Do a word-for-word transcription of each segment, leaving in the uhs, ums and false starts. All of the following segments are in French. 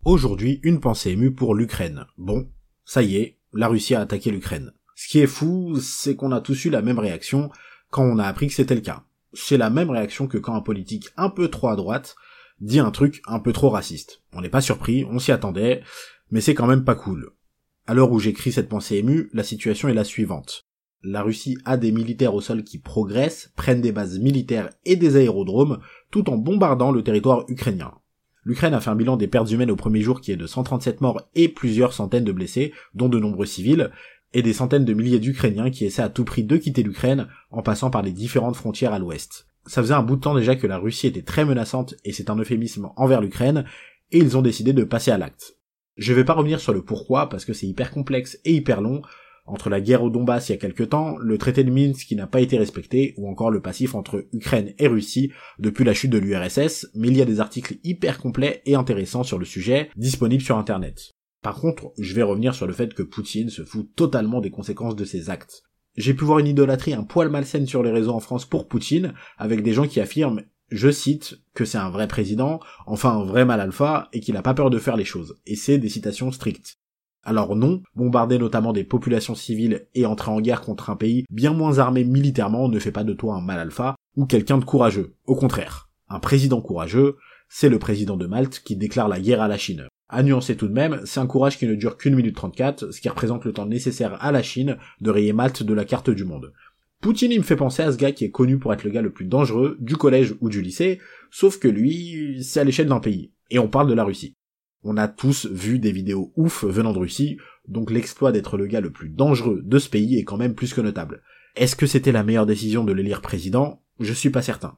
Aujourd'hui, une pensée émue pour l'Ukraine. Bon, ça y est, la Russie a attaqué l'Ukraine. Ce qui est fou, c'est qu'on a tous eu la même réaction quand on a appris que c'était le cas. C'est la même réaction que quand un politique un peu trop à droite dit un truc un peu trop raciste. On n'est pas surpris, on s'y attendait, mais c'est quand même pas cool. À l'heure où j'écris cette pensée émue, la situation est la suivante. La Russie a des militaires au sol qui progressent, prennent des bases militaires et des aérodromes, tout en bombardant le territoire ukrainien. L'Ukraine a fait un bilan des pertes humaines au premier jour qui est de cent trente-sept morts et plusieurs centaines de blessés, dont de nombreux civils, et des centaines de milliers d'Ukrainiens qui essaient à tout prix de quitter l'Ukraine en passant par les différentes frontières à l'ouest. Ça faisait un bout de temps déjà que la Russie était très menaçante, et c'est un euphémisme envers l'Ukraine, et ils ont décidé de passer à l'acte. Je vais pas revenir sur le pourquoi, parce que c'est hyper complexe et hyper long, entre la guerre au Donbass il y a quelque temps, le traité de Minsk qui n'a pas été respecté, ou encore le passif entre Ukraine et Russie depuis la chute de l'U R S S, mais il y a des articles hyper complets et intéressants sur le sujet, disponibles sur internet. Par contre, je vais revenir sur le fait que Poutine se fout totalement des conséquences de ses actes. J'ai pu voir une idolâtrie un poil malsaine sur les réseaux en France pour Poutine, avec des gens qui affirment, je cite, que c'est un vrai président, enfin un vrai mal alpha, et qu'il a pas peur de faire les choses. Et c'est des citations strictes. Alors non, bombarder notamment des populations civiles et entrer en guerre contre un pays bien moins armé militairement ne fait pas de toi un mal alpha ou quelqu'un de courageux. Au contraire, un président courageux, c'est le président de Malte qui déclare la guerre à la Chine. À nuancer tout de même, c'est un courage qui ne dure qu'une minute trente-quatre, ce qui représente le temps nécessaire à la Chine de rayer Malte de la carte du monde. Poutine, il me fait penser à ce gars qui est connu pour être le gars le plus dangereux du collège ou du lycée, sauf que lui, c'est à l'échelle d'un pays. Et on parle de la Russie. On a tous vu des vidéos ouf venant de Russie, donc l'exploit d'être le gars le plus dangereux de ce pays est quand même plus que notable. Est-ce que c'était la meilleure décision de l'élire président ? Je suis pas certain.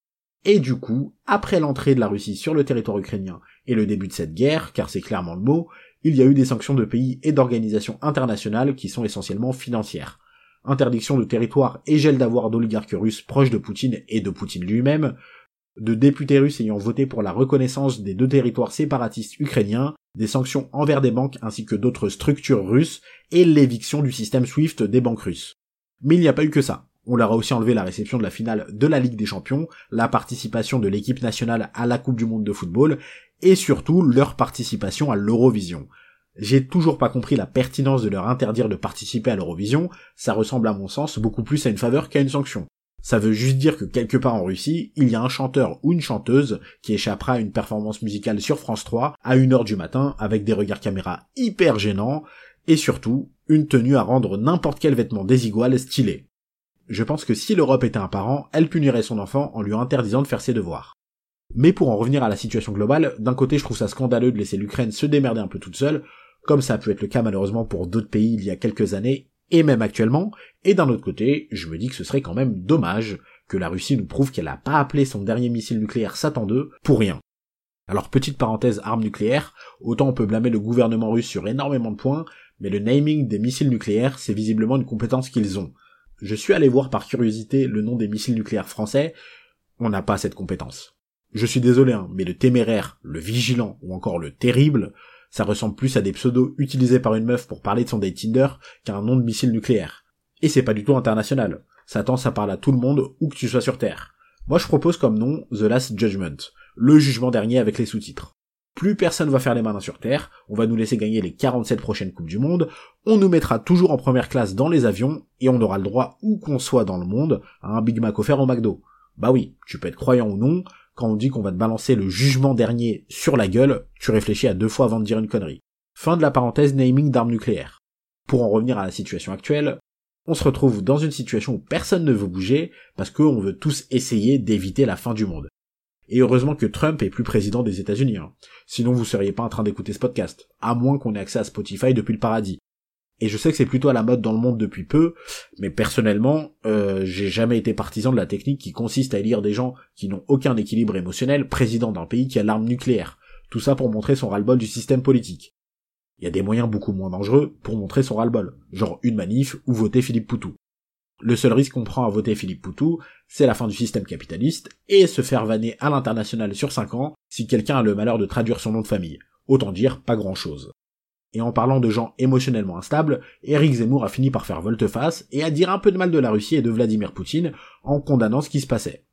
Et du coup, après l'entrée de la Russie sur le territoire ukrainien et le début de cette guerre, car c'est clairement le mot, il y a eu des sanctions de pays et d'organisations internationales qui sont essentiellement financières. Interdiction de territoire et gel d'avoirs d'oligarques russes proches de Poutine et de Poutine lui-même, de députés russes ayant voté pour la reconnaissance des deux territoires séparatistes ukrainiens, des sanctions envers des banques ainsi que d'autres structures russes, et l'éviction du système SWIFT des banques russes. Mais il n'y a pas eu que ça. On leur a aussi enlevé la réception de la finale de la Ligue des Champions, la participation de l'équipe nationale à la Coupe du Monde de football, et surtout leur participation à l'Eurovision. J'ai toujours pas compris la pertinence de leur interdire de participer à l'Eurovision, ça ressemble à mon sens beaucoup plus à une faveur qu'à une sanction. Ça veut juste dire que quelque part en Russie, il y a un chanteur ou une chanteuse qui échappera à une performance musicale sur France trois à une heure du matin avec des regards caméra hyper gênants et surtout une tenue à rendre n'importe quel vêtement désigual stylé. Je pense que si l'Europe était un parent, elle punirait son enfant en lui interdisant de faire ses devoirs. Mais pour en revenir à la situation globale, d'un côté je trouve ça scandaleux de laisser l'Ukraine se démerder un peu toute seule, comme ça a pu être le cas malheureusement pour d'autres pays il y a quelques années, et même actuellement, et d'un autre côté, je me dis que ce serait quand même dommage que la Russie nous prouve qu'elle a pas appelé son dernier missile nucléaire Satan deux pour rien. Alors petite parenthèse armes nucléaires, autant on peut blâmer le gouvernement russe sur énormément de points, mais le naming des missiles nucléaires, c'est visiblement une compétence qu'ils ont. Je suis allé voir par curiosité le nom des missiles nucléaires français, on n'a pas cette compétence. Je suis désolé, hein, mais le téméraire, le vigilant ou encore le terrible, ça ressemble plus à des pseudos utilisés par une meuf pour parler de son date Tinder qu'à un nom de missile nucléaire. Et c'est pas du tout international. Satan, ça parle à tout le monde, où que tu sois sur Terre. Moi je propose comme nom The Last Judgment, le jugement dernier avec les sous-titres. Plus personne va faire les malins sur Terre, on va nous laisser gagner les quarante-sept prochaines Coupes du Monde, on nous mettra toujours en première classe dans les avions, et on aura le droit, où qu'on soit dans le monde, à un Big Mac offert au McDo. Bah oui, tu peux être croyant ou non, quand on dit qu'on va te balancer le jugement dernier sur la gueule, tu réfléchis à deux fois avant de dire une connerie. Fin de la parenthèse naming d'armes nucléaires. Pour en revenir à la situation actuelle, on se retrouve dans une situation où personne ne veut bouger, parce qu'on veut tous essayer d'éviter la fin du monde. Et heureusement que Trump est plus président des États-Unis, hein. Sinon vous seriez pas en train d'écouter ce podcast, à moins qu'on ait accès à Spotify depuis le paradis. Et je sais que c'est plutôt à la mode dans le monde depuis peu, mais personnellement, euh, j'ai jamais été partisan de la technique qui consiste à élire des gens qui n'ont aucun équilibre émotionnel président d'un pays qui a l'arme nucléaire. Tout ça pour montrer son ras-le-bol du système politique. Il y a des moyens beaucoup moins dangereux pour montrer son ras-le-bol, genre une manif ou voter Philippe Poutou. Le seul risque qu'on prend à voter Philippe Poutou, c'est la fin du système capitaliste et se faire vanner à l'international sur cinq ans si quelqu'un a le malheur de traduire son nom de famille. Autant dire pas grand chose. Et en parlant de gens émotionnellement instables, Éric Zemmour a fini par faire volte-face et à dire un peu de mal de la Russie et de Vladimir Poutine en condamnant ce qui se passait.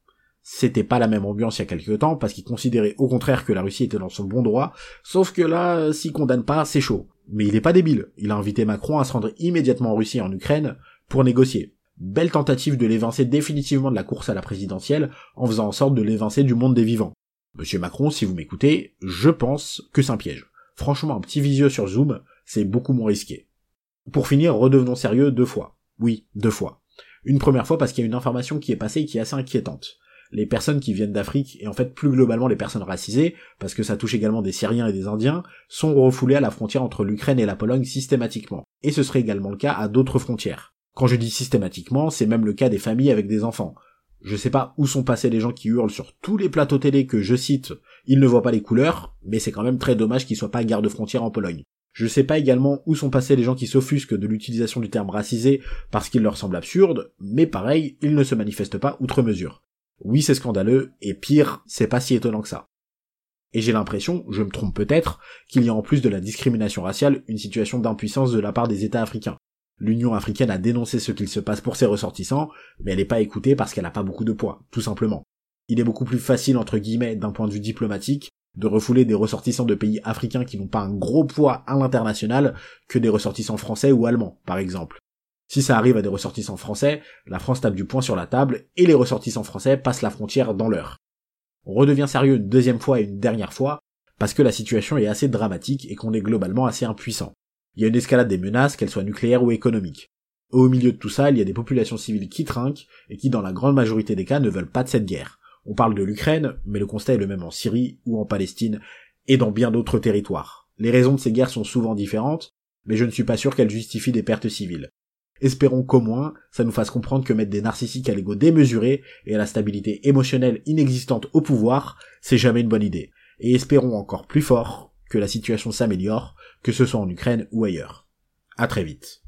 c'était pas la même ambiance il y a quelques temps, parce qu'il considérait au contraire que la Russie était dans son bon droit, sauf que là, s'il condamne pas, c'est chaud. Mais il est pas débile, il a invité Macron à se rendre immédiatement en Russie et en Ukraine pour négocier. Belle tentative de l'évincer définitivement de la course à la présidentielle, en faisant en sorte de l'évincer du monde des vivants. Monsieur Macron, si vous m'écoutez, je pense que c'est un piège. Franchement, un petit visio sur Zoom, c'est beaucoup moins risqué. Pour finir, redevenons sérieux deux fois. Oui, deux fois. Une première fois parce qu'il y a une information qui est passée et qui est assez inquiétante. Les personnes qui viennent d'Afrique, et en fait plus globalement les personnes racisées, parce que ça touche également des Syriens et des Indiens, sont refoulées à la frontière entre l'Ukraine et la Pologne systématiquement. Et ce serait également le cas à d'autres frontières. Quand je dis systématiquement, c'est même le cas des familles avec des enfants. Je sais pas où sont passés les gens qui hurlent sur tous les plateaux télé que, je cite, ils ne voient pas les couleurs, mais c'est quand même très dommage qu'ils soient pas garde-frontière en Pologne. Je sais pas également où sont passés les gens qui s'offusquent de l'utilisation du terme racisé parce qu'il leur semble absurde, mais pareil, ils ne se manifestent pas outre mesure. Oui, c'est scandaleux, et pire, c'est pas si étonnant que ça. Et j'ai l'impression, je me trompe peut-être, qu'il y a en plus de la discrimination raciale, une situation d'impuissance de la part des États africains. L'Union africaine a dénoncé ce qu'il se passe pour ses ressortissants, mais elle n'est pas écoutée parce qu'elle n'a pas beaucoup de poids, tout simplement. Il est beaucoup plus facile, entre guillemets, d'un point de vue diplomatique, de refouler des ressortissants de pays africains qui n'ont pas un gros poids à l'international que des ressortissants français ou allemands, par exemple. Si ça arrive à des ressortissants français, la France tape du poing sur la table et les ressortissants français passent la frontière dans l'heure. On redevient sérieux une deuxième fois et une dernière fois, parce que la situation est assez dramatique et qu'on est globalement assez impuissant. Il y a une escalade des menaces, qu'elles soient nucléaires ou économiques. Au milieu de tout ça, il y a des populations civiles qui trinquent et qui dans la grande majorité des cas ne veulent pas de cette guerre. On parle de l'Ukraine, mais le constat est le même en Syrie ou en Palestine et dans bien d'autres territoires. Les raisons de ces guerres sont souvent différentes, mais je ne suis pas sûr qu'elles justifient des pertes civiles. Espérons qu'au moins, ça nous fasse comprendre que mettre des narcissiques à l'ego démesuré et à la stabilité émotionnelle inexistante au pouvoir, c'est jamais une bonne idée. Et espérons encore plus fort que la situation s'améliore, que ce soit en Ukraine ou ailleurs. À très vite.